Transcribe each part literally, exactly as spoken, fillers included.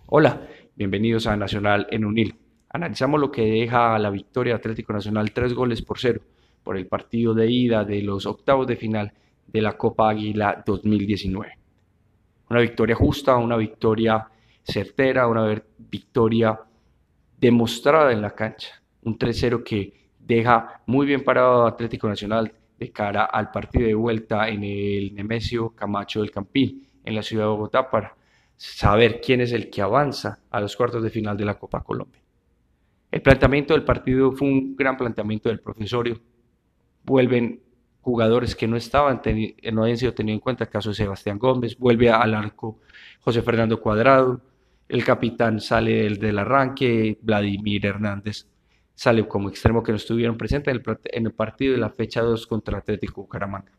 Hola, bienvenidos a Nacional en un hilo. Analizamos lo que deja la victoria de Atlético Nacional tres goles por cero por el partido de ida de los octavos de final de la Copa Águila dos mil diecinueve. Una victoria justa, una victoria certera, una victoria demostrada en la cancha. Un tres cero que deja muy bien parado a Atlético Nacional de cara al partido de vuelta en el Nemesio Camacho del Campín, en la ciudad de Bogotá, para saber quién es el que avanza a los cuartos de final de la Copa Colombia. El planteamiento del partido fue un gran planteamiento del profesorio. Vuelven jugadores que no estaban no habían sido tenidos en cuenta, el caso de Sebastián Gómez, vuelve al arco José Fernando Cuadrado, el capitán sale del, del arranque, Vladimir Hernández sale como extremo que no estuvieron presentes en el, en el partido de la fecha dos contra Atlético Bucaramanga.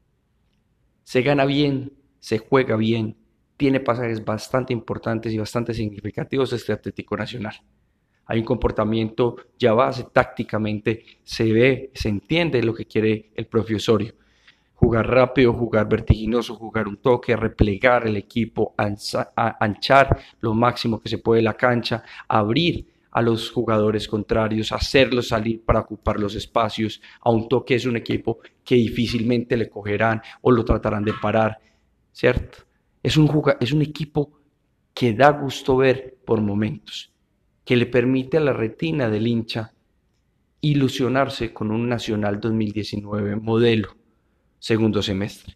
Se gana bien, se juega bien, tiene pasajes bastante importantes y bastante significativos este Atlético Nacional. Hay un comportamiento ya base, tácticamente se ve, se entiende lo que quiere el profesorio. Jugar rápido, jugar vertiginoso, jugar un toque, replegar el equipo, anchar lo máximo que se puede la cancha, abrir a los jugadores contrarios, hacerlos salir para ocupar los espacios. A un toque es un equipo que difícilmente le cogerán o lo tratarán de parar, ¿cierto? Es un, es un equipo que da gusto ver por momentos, que le permite a la retina del hincha ilusionarse con un Nacional dos mil diecinueve modelo segundo semestre.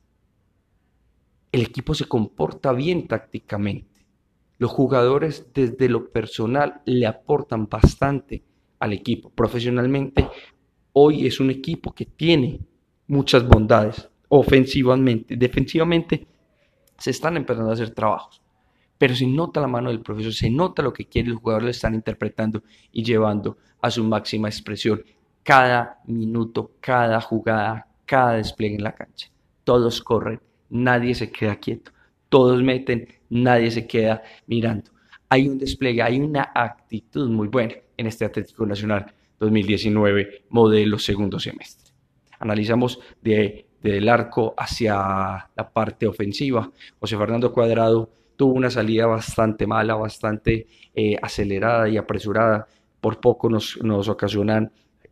El equipo se comporta bien tácticamente. Los jugadores desde lo personal le aportan bastante al equipo. Profesionalmente, hoy es un equipo que tiene muchas bondades ofensivamente. Defensivamente se están empezando a hacer trabajos, pero se nota la mano del profesor, se nota lo que quiere el jugador, lo están interpretando y llevando a su máxima expresión cada minuto, cada jugada, cada despliegue en la cancha. Todos corren, nadie se queda quieto, todos meten, nadie se queda mirando. Hay un despliegue, hay una actitud muy buena en este Atlético Nacional dos mil diecinueve modelo segundo semestre. Analizamos de, del arco hacia la parte ofensiva. José Fernando Cuadrado tuvo una salida bastante mala, bastante eh, acelerada y apresurada. Por poco nos, nos ocasionan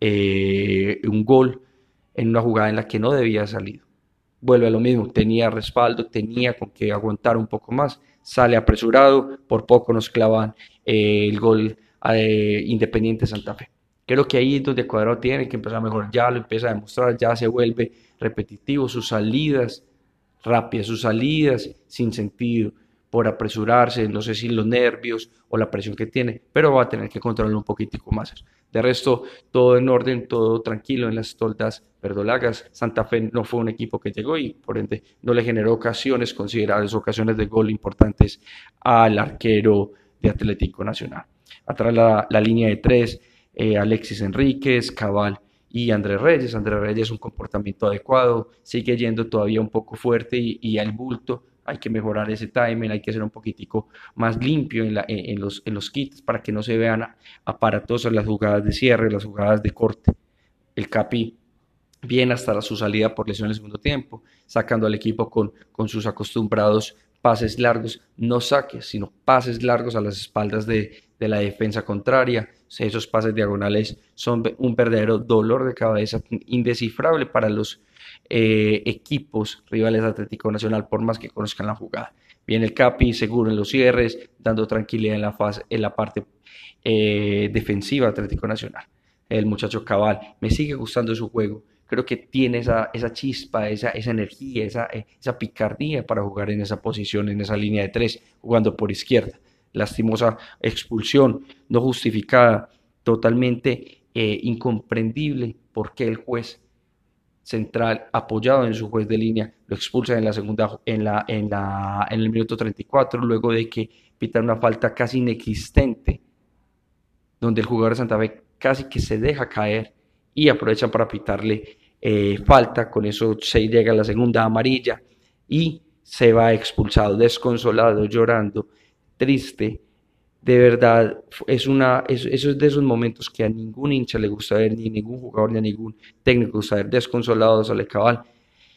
eh, un gol en una jugada en la que no debía haber salido. Vuelve a lo mismo, tenía respaldo, tenía con que aguantar un poco más, sale apresurado, por poco nos clavan eh, el gol eh, Independiente Santa Fe. Creo que ahí es donde Cuadrado tiene que empezar a mejorar, ya lo empieza a demostrar, ya se vuelve repetitivo, sus salidas rápidas, sus salidas sin sentido, por apresurarse, no sé si los nervios o la presión que tiene, pero va a tener que controlarlo un poquitico más. De resto, todo en orden, todo tranquilo en las toldas verdolagas. Santa Fe no fue un equipo que llegó y por ende no le generó ocasiones considerables, ocasiones de gol importantes al arquero de Atlético Nacional. Atrás la, la línea de tres, eh, Alexis Enríquez, Cabal y Andrés Reyes. Andrés Reyes un comportamiento adecuado, sigue yendo todavía un poco fuerte y, y al bulto. Hay que mejorar ese timing, hay que ser un poquitico más limpio en, la, en, en, los, en los kits para que no se vean aparatosas las jugadas de cierre, las jugadas de corte. El Capi bien hasta su salida por lesión en el segundo tiempo, sacando al equipo con, con sus acostumbrados pases largos, no saques, sino pases largos a las espaldas de, de la defensa contraria. O sea, esos pases diagonales son un verdadero dolor de cabeza, indescifrable para los eh, equipos rivales de Atlético Nacional, por más que conozcan la jugada. Viene el Capi, seguro en los cierres, dando tranquilidad en la, fase, en la parte eh, defensiva de Atlético Nacional. El muchacho Cabal, me sigue gustando su juego. Creo que tiene esa, esa chispa, esa, esa energía, esa, esa picardía para jugar en esa posición, en esa línea de tres, jugando por izquierda. Lastimosa expulsión, no justificada, totalmente eh, incomprendible por qué el juez central, apoyado en su juez de línea, lo expulsa en la segunda, en, la, en, la, en el minuto treinta y cuatro, luego de que pitan una falta casi inexistente, donde el jugador de Santa Fe casi que se deja caer y aprovechan para pitarle eh, falta. Con eso se llega a la segunda amarilla y se va expulsado, desconsolado, llorando, triste. De verdad, es una, es, eso es de esos momentos que a ningún hincha le gusta ver, ni a ningún jugador, ni a ningún técnico le gusta ver. Desconsolado sale Cabal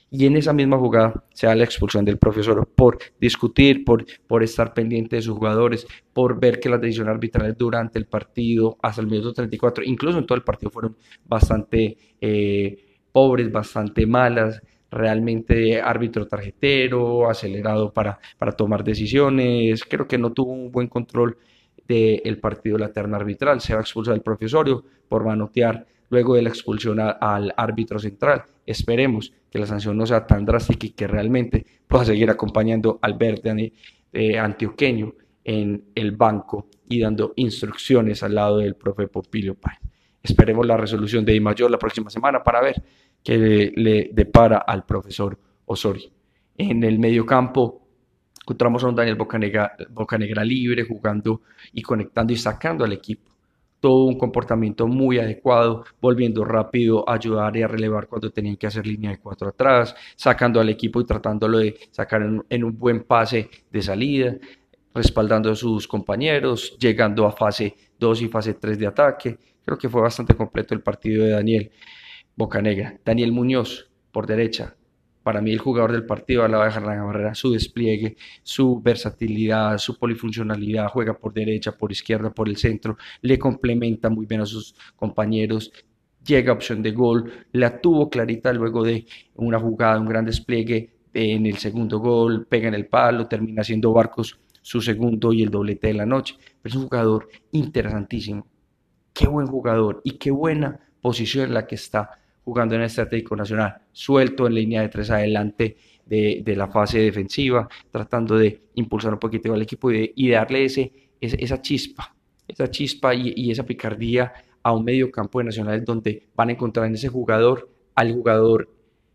Y en esa misma jugada se da la expulsión del profesor por discutir, por, por estar pendiente de sus jugadores, por ver que las decisiones arbitrales durante el partido, hasta el minuto treinta y cuatro, incluso en todo el partido, fueron bastante eh, pobres, bastante malas. Realmente árbitro tarjetero, acelerado para, para tomar decisiones. Creo que no tuvo un buen control del partido la terna arbitral. Se va a expulsar el profesorio por manotear luego de la expulsión a, al árbitro central. Esperemos que la sanción no sea tan drástica y que realmente pueda seguir acompañando al verde eh, antioqueño en el banco y dando instrucciones al lado del profe Pompilio Páez. Esperemos la resolución de Di Mayor la próxima semana para ver qué le, le depara al profesor Osorio. En el mediocampo encontramos a un Daniel Bocanegra, Bocanegra libre, jugando y conectando y sacando al equipo. Todo un comportamiento muy adecuado, volviendo rápido a ayudar y a relevar cuando tenían que hacer línea de cuatro atrás, sacando al equipo y tratándolo de sacar en, en un buen pase de salida, respaldando a sus compañeros, llegando a fase dos y fase tres de ataque. Creo que fue bastante completo el partido de Daniel Bocanegra. Daniel Muñoz, por derecha, para mí el jugador del partido al lado de Harlan Barrera, su despliegue, su versatilidad, su polifuncionalidad, juega por derecha, por izquierda, por el centro, le complementa muy bien a sus compañeros, llega a opción de gol, la tuvo clarita luego de una jugada, un gran despliegue en el segundo gol, pega en el palo, termina siendo Barcos su segundo y el doblete de la noche. Pero es un jugador interesantísimo, qué buen jugador y qué buena posición en la que está jugando en el Atlético Nacional, suelto en línea de tres adelante de, de la fase defensiva, tratando de impulsar un poquito al equipo y, de, y darle ese, ese, esa chispa, esa chispa y, y esa picardía a un medio campo de Nacional donde van a encontrar en ese jugador al jugador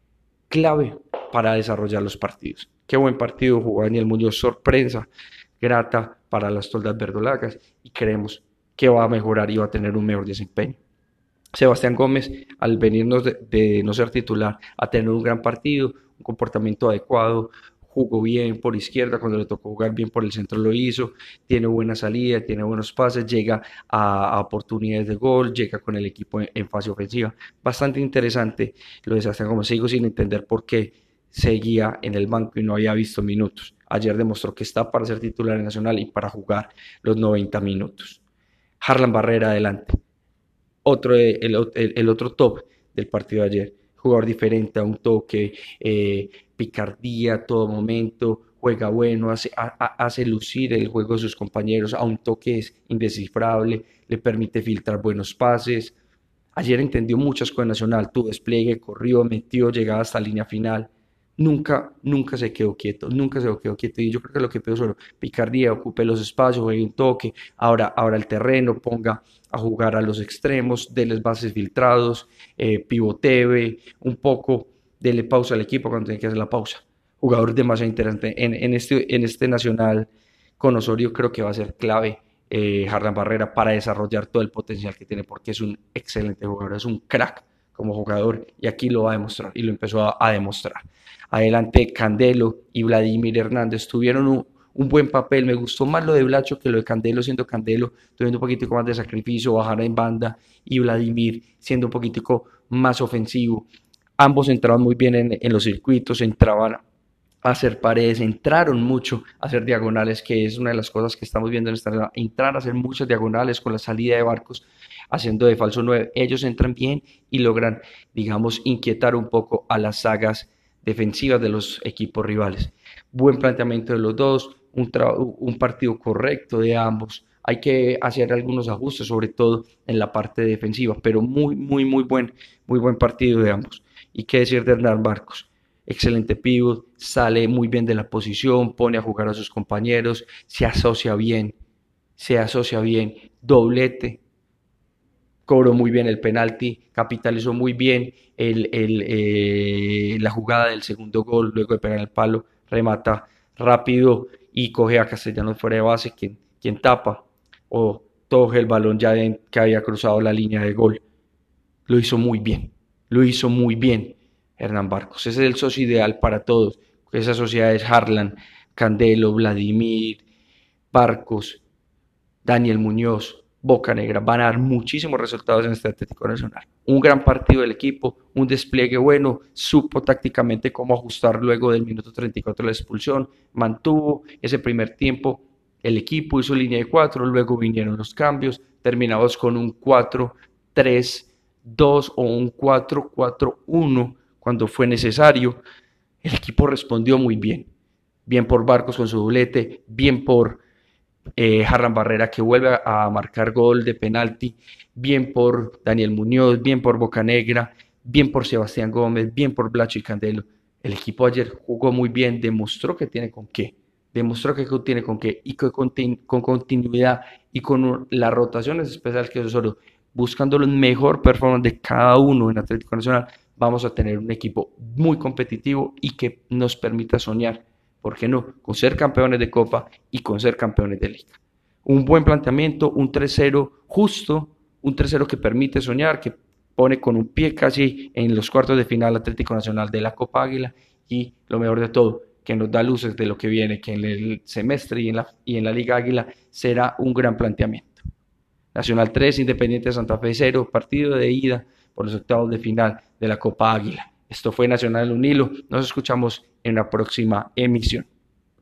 clave para desarrollar los partidos. Qué buen partido jugó Daniel Muñoz, sorpresa grata para las toldas verdolagas y creemos que va a mejorar y va a tener un mejor desempeño. Sebastián Gómez, al venirnos de, de no ser titular a tener un gran partido, un comportamiento adecuado, jugó bien por izquierda, cuando le tocó jugar bien por el centro lo hizo, tiene buena salida, tiene buenos pases, llega a, a oportunidades de gol, llega con el equipo en, en fase ofensiva. Bastante interesante lo de Sebastián Gómez, sigo sin entender por qué seguía en el banco y no había visto minutos. Ayer demostró que está para ser titular en Nacional y para jugar los noventa minutos. Harlan Barrera adelante. Otro, el, el, el otro top del partido de ayer, jugador diferente, a un toque, eh, picardía a todo momento, juega bueno, hace, a, hace lucir el juego de sus compañeros, a un toque es indescifrable, le permite filtrar buenos pases. Ayer entendió muchas cosas Nacional, tuvo despliegue, corrió, metió, llegaba hasta la línea final. Nunca, nunca se quedó quieto, nunca se quedó quieto. Y yo creo que lo que pido solo, picardía, ocupe los espacios, juegue un toque, ahora, ahora el terreno, ponga a jugar a los extremos, déles bases filtrados, eh, pivotee, un poco, dele pausa al equipo cuando tiene que hacer la pausa. Jugador demasiado interesante. En, en, este, en este Nacional con Osorio creo que va a ser clave eh, Harlan Barrera para desarrollar todo el potencial que tiene, porque es un excelente jugador, es un crack como jugador y aquí lo va a demostrar y lo empezó a, a demostrar. Adelante Candelo y Vladimir Hernández tuvieron un, un buen papel, me gustó más lo de Blacho que lo de Candelo, siendo Candelo teniendo un poquitico más de sacrificio, bajar en banda, y Vladimir siendo un poquitico más ofensivo. Ambos entraban muy bien en, en los circuitos, entraban a hacer paredes, entraron mucho a hacer diagonales, que es una de las cosas que estamos viendo en esta, entrar a hacer muchas diagonales con la salida de Barcos, haciendo de falso nueve. Ellos entran bien y logran, digamos, inquietar un poco a las sagas defensivas de los equipos rivales. Buen planteamiento de los dos, un, un partido correcto de ambos. Hay que hacer algunos ajustes, sobre todo en la parte defensiva, pero muy, muy, muy buen, muy buen partido de ambos. Y qué decir de Hernán Barcos. Excelente pívot, sale muy bien de la posición, pone a jugar a sus compañeros, se asocia bien, se asocia bien, doblete, cobró muy bien el penalti, capitalizó muy bien el, el, eh, la jugada del segundo gol, luego de pegar el palo, remata rápido y coge a Castellanos fuera de base, quien, quien tapa o toque el balón ya de, que había cruzado la línea de gol. Lo hizo muy bien, lo hizo muy bien Hernán Barcos. Ese es el socio ideal para todos. Esa sociedad es Harlan, Candelo, Vladimir, Barcos, Daniel Muñoz, Bocanegra. Van a dar muchísimos resultados en este Atlético Nacional. Un gran partido del equipo, un despliegue bueno, supo tácticamente cómo ajustar luego del minuto treinta y cuatro de la expulsión, mantuvo ese primer tiempo, el equipo hizo línea de cuatro, luego vinieron los cambios, terminamos con un cuatro tres dos o un cuatro cuatro uno cuando fue necesario. El equipo respondió muy bien, bien por Barcos con su doblete, bien por eh, Harlan Barrera que vuelve a, a marcar gol de penalti, bien por Daniel Muñoz, bien por Bocanegra, bien por Sebastián Gómez, bien por Blacho y Candelo. El equipo ayer jugó muy bien, demostró que tiene con qué, demostró que tiene con qué y que con, con continuidad y con las rotaciones especiales que eso solo buscando el mejor performance de cada uno en Atlético Nacional, vamos a tener un equipo muy competitivo y que nos permita soñar, ¿por qué no?, con ser campeones de Copa y con ser campeones de Liga. Un buen planteamiento, un tres cero justo, un tres cero que permite soñar, que pone con un pie casi en los cuartos de final Atlético Nacional de la Copa Águila y lo mejor de todo, que nos da luces de lo que viene, que en el semestre y en la, y en la Liga Águila será un gran planteamiento. Nacional tres, Independiente Santa Fe cero, partido de ida por los octavos de final de la Copa Águila. Esto fue Nacional Un Hilo, nos escuchamos en la próxima emisión.